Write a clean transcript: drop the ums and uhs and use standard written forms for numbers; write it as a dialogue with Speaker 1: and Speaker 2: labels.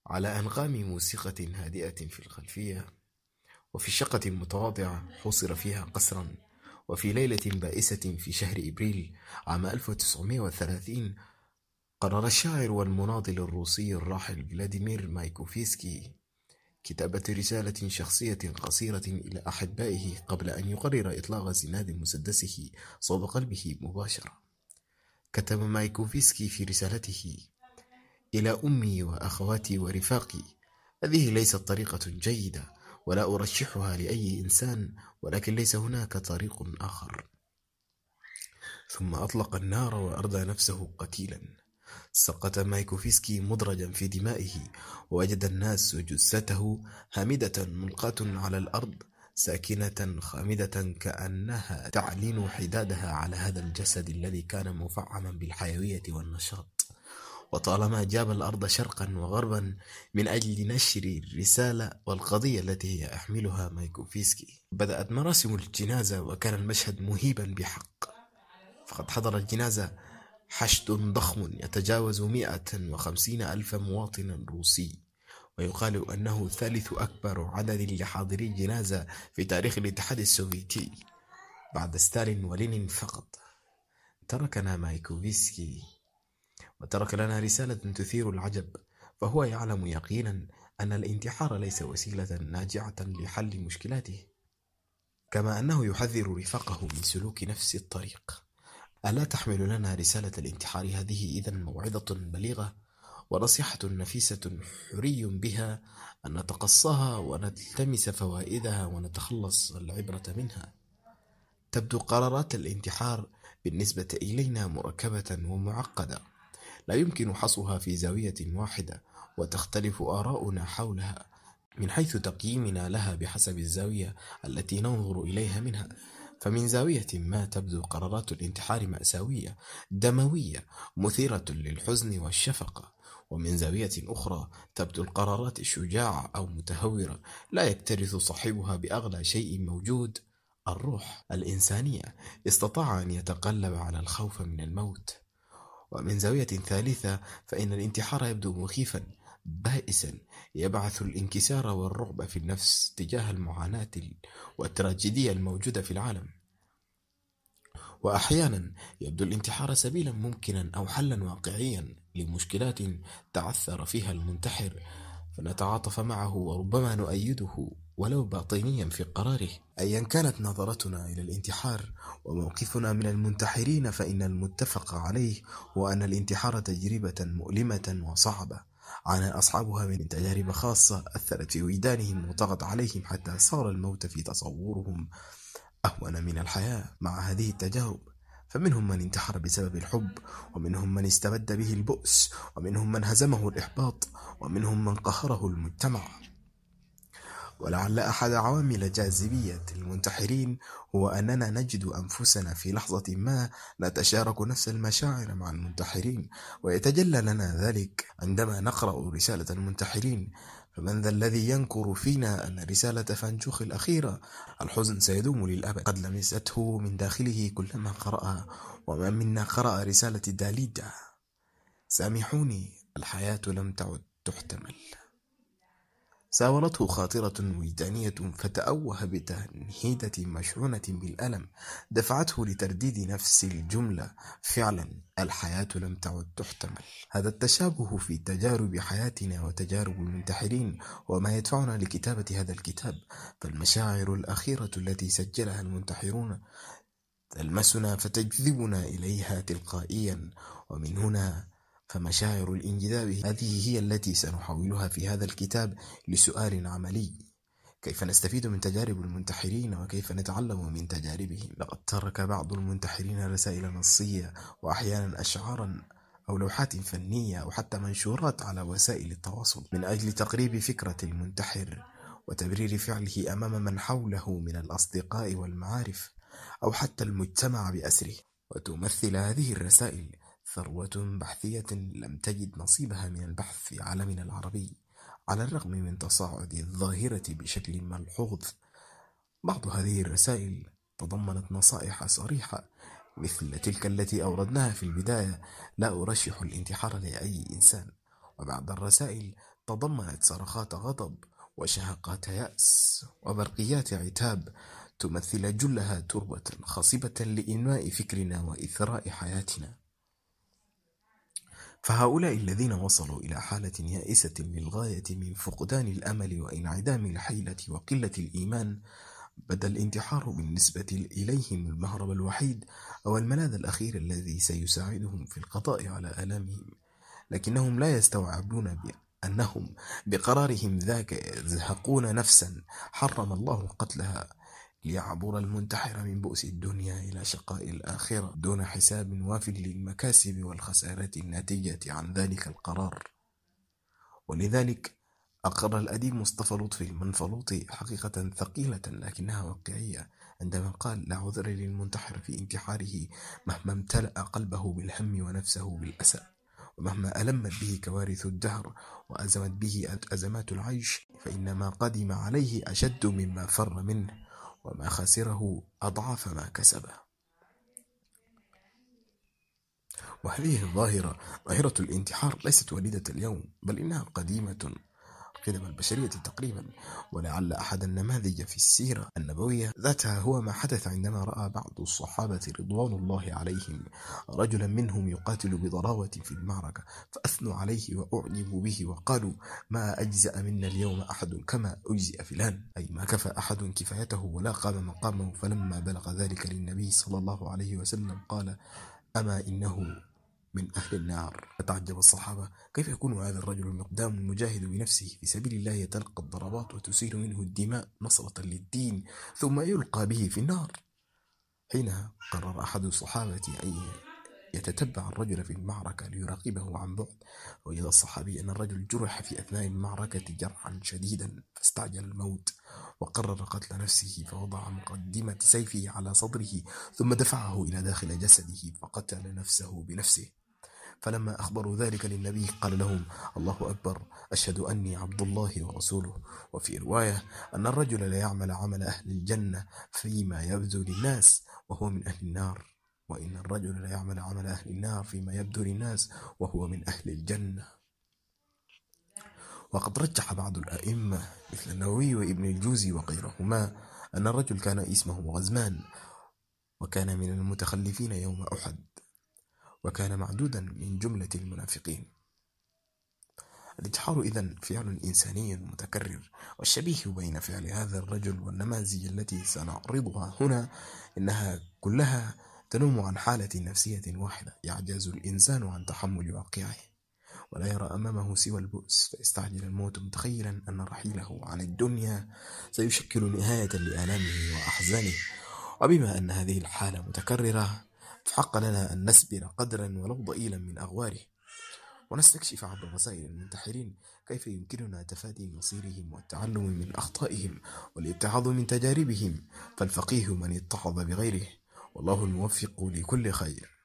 Speaker 1: على أنغام موسيقى هادئة في الخلفية، وفي شقة متواضعة حُصِر فيها قصرا، وفي ليلة بائسة في شهر إبريل عام 1930 قرر الشاعر والمناضل الروسي الراحل فلاديمير مايكوفسكي كتابة رسالة شخصية قصيرة إلى أحبائه قبل أن يقرر إطلاق زناد مسدسه صوب قلبه مباشرة. كتب مايكوفسكي في رسالته: إلى أمي وأخواتي ورفاقي، هذه ليست طريقة جيدة ولا أرشحها لأي إنسان، ولكن ليس هناك طريق آخر. ثم أطلق النار وأردى نفسه قتيلا. سقط مايكوفسكي مدرجا في دمائه، ووجد الناس جثته هامدة ملقاة على الأرض، ساكنة خامدة كأنها تعلن حدادها على هذا الجسد الذي كان مفعما بالحيوية والنشاط. وطالما جاب الأرض شرقا وغربا من أجل نشر الرسالة والقضية التي يحملها مايكوفسكي. بدأت مراسم الجنازة، وكان المشهد مهيبا بحق، فقد حضر الجنازة حشد ضخم يتجاوز 150,000 مواطن روسي، ويقال أنه ثالث أكبر عدد لحاضري الجنازة في تاريخ الاتحاد السوفيتي بعد ستالين ولينين فقط. تركنا مايكوفسكي وترك لنا رسالة تثير العجب، فهو يعلم يقينا أن الانتحار ليس وسيلة ناجعة لحل مشكلاته، كما أنه يحذر رفاقه من سلوك نفس الطريق. ألا تحمل لنا رسالة الانتحار هذه إذن موعظة بليغة ونصيحة نفيسة حري بها أن نتقصاها ونلتمس فوائدها ونتخلص العبرة منها؟ تبدو قرارات الانتحار بالنسبة إلينا مركبة ومعقدة، لا يمكن حصرها في زاوية واحدة، وتختلف آراؤنا حولها من حيث تقييمنا لها بحسب الزاوية التي ننظر إليها منها. فمن زاوية ما تبدو قرارات الانتحار مأساوية دموية مثيرة للحزن والشفقة، ومن زاوية أخرى تبدو القرارات شجاعة أو متهورة لا يكترث صاحبها بأغلى شيء موجود، الروح الإنسانية. استطاع أن يتغلب على الخوف من الموت. ومن زاوية ثالثة فإن الانتحار يبدو مخيفا بائسا، يبعث الانكسار والرعب في النفس تجاه المعاناة والتراجيدية الموجودة في العالم. وأحيانا يبدو الانتحار سبيلا ممكنا أو حلا واقعيا لمشكلات تعثر فيها المنتحر، فنتعاطف معه وربما نؤيده ولو باطنيا في قراره. أيا كانت نظرتنا إلى الانتحار وموقفنا من المنتحرين، فإن المتفق عليه هو أن الانتحار تجربة مؤلمة وصعبة عانى أصحابها من تجارب خاصة أثرت في وجدانهم وطغت عليهم حتى صار الموت في تصورهم أهون من الحياة. مع هذه التجارب فمنهم من انتحر بسبب الحب، ومنهم من استبد به البؤس، ومنهم من هزمه الإحباط، ومنهم من قهره المجتمع. ولعل أحد عوامل جاذبية المنتحرين هو أننا نجد أنفسنا في لحظة ما نتشارك نفس المشاعر مع المنتحرين، ويتجلى لنا ذلك عندما نقرأ رسالة المنتحرين. فمن ذا الذي ينكر فينا أن رسالة فانجوخ الأخيرة الحزن سيدوم للأبد قد لمسته من داخله كلما قرأها؟ ومن منا قرأ رسالة داليدا: سامحوني، الحياة لم تعد تحتمل. ساورته خاطرة وجدانية فتأوه بتنهيدة مشحونة بالألم دفعته لترديد نفس الجملة: فعلا الحياة لم تعد تحتمل. هذا التشابه في تجارب حياتنا وتجارب المنتحرين هو ما يدفعنا لكتابة هذا الكتاب. فالمشاعر الأخيرة التي سجلها المنتحرون تلمسنا فتجذبنا إليها تلقائيا، ومن هنا فمشاعر الانجذاب هذه هي التي سنحولها في هذا الكتاب لسؤال عملي: كيف نستفيد من تجارب المنتحرين وكيف نتعلم من تجاربهم؟ لقد ترك بعض المنتحرين رسائل نصية، وأحيانا أشعارا أو لوحات فنية أو حتى منشورات على وسائل التواصل من أجل تقريب فكرة المنتحر وتبرير فعله أمام من حوله من الأصدقاء والمعارف أو حتى المجتمع بأسره. وتمثل هذه الرسائل ثروة بحثية لم تجد نصيبها من البحث في عالمنا العربي، على الرغم من تصاعد الظاهرة بشكل ملحوظ. بعض هذه الرسائل تضمنت نصائح صريحة مثل تلك التي أوردناها في البداية: لا أرشح الانتحار لأي إنسان. وبعض الرسائل تضمنت صرخات غضب وشهقات يأس وبرقيات عتاب تمثل جلها تربة خصبة لإنواء فكرنا وإثراء حياتنا. فهؤلاء الذين وصلوا إلى حالة يائسة للغاية من فقدان الأمل وانعدام الحيلة وقلة الإيمان، بدا الانتحار بالنسبة إليهم المهرب الوحيد أو الملاذ الأخير الذي سيساعدهم في القضاء على آلامهم، لكنهم لا يستوعبون بأنهم بقرارهم ذاك يزهقون نفسا حرم الله قتلها، ليعبر المنتحر من بؤس الدنيا إلى شقاء الآخرة دون حساب واف للمكاسب والخسارات الناتجة عن ذلك القرار. ولذلك أقر الأديب مصطفى لطفي المنفلوطي حقيقة ثقيلة لكنها واقعية عندما قال: لا عذر للمنتحر في انتحاره مهما امتلأ قلبه بالهم ونفسه بالأسى، ومهما ألمت به كوارث الدهر وأزمت به أزمات العيش، فإن ما قدم عليه أشد مما فر منه، وما خسره أضعاف ما كسبه. وهذه الظاهرة، ظاهرة الانتحار، ليست وليدة اليوم، بل إنها قديمة قدم البشرية تقريبا، ولعل أحد النماذج في السيرة النبوية ذاتها هو ما حدث عندما رأى بعض الصحابة رضوان الله عليهم رجلا منهم يقاتل بضراوة في المعركة، فأثنوا عليه وأعجبوا به وقالوا: ما أجزأ منا اليوم أحد كما أجزئ فلان، أي ما كفى أحد كفايته ولا قام مقامه. فلما بلغ ذلك للنبي صلى الله عليه وسلم قال: أما إنه من أهل النار. فتعجب الصحابة: كيف يكون هذا الرجل المقدام المجاهد بنفسه في سبيل الله يتلقى الضربات وتسيل منه الدماء نصرة للدين ثم يلقى به في النار؟ حينها قرر أحد الصحابة أن يتتبع الرجل في المعركة ليراقبه عن بعد، ووجد الصحابي أن الرجل جرح في أثناء المعركة جرحا شديدا فاستعجل الموت وقرر قتل نفسه، فوضع مقدمة سيفه على صدره ثم دفعه إلى داخل جسده فقتل نفسه بنفسه. فلما أخبروا ذلك للنبي قال لهم: الله أكبر، أشهد أني عبد الله ورسوله. وفي رواية أن الرجل لا يعمل عمل أهل الجنة فيما يبدو للناس وهو من أهل النار، وإن الرجل لا يعمل عمل أهل النار فيما يبدو للناس وهو من أهل الجنة. وقد رجح بعض الأئمة مثل النووي وابن الجوزي وغيرهما أن الرجل كان اسمه غزمان، وكان من المتخلفين يوم أحد، وكان معدودا من جملة المنافقين. الانتحار إذن فعل إنساني متكرر، والشبيه بين فعل هذا الرجل والنماذج التي سنعرضها هنا إنها كلها تنم عن حالة نفسية واحدة: يعجز الإنسان عن تحمل واقعه ولا يرى أمامه سوى البؤس، فيستعجل الموت متخيلا أن رحيله عن الدنيا سيشكل نهاية لآلامه وأحزانه. وبما أن هذه الحالة متكررة فحق لنا أن نسبر قدرا ولو ضئيلا من أغواره، ونستكشف عبر رسائل المنتحرين كيف يمكننا تفادي مصيرهم والتعلم من أخطائهم والاتعاظ من تجاربهم، فالفقيه من اتعظ بغيره، والله الموفق لكل خير.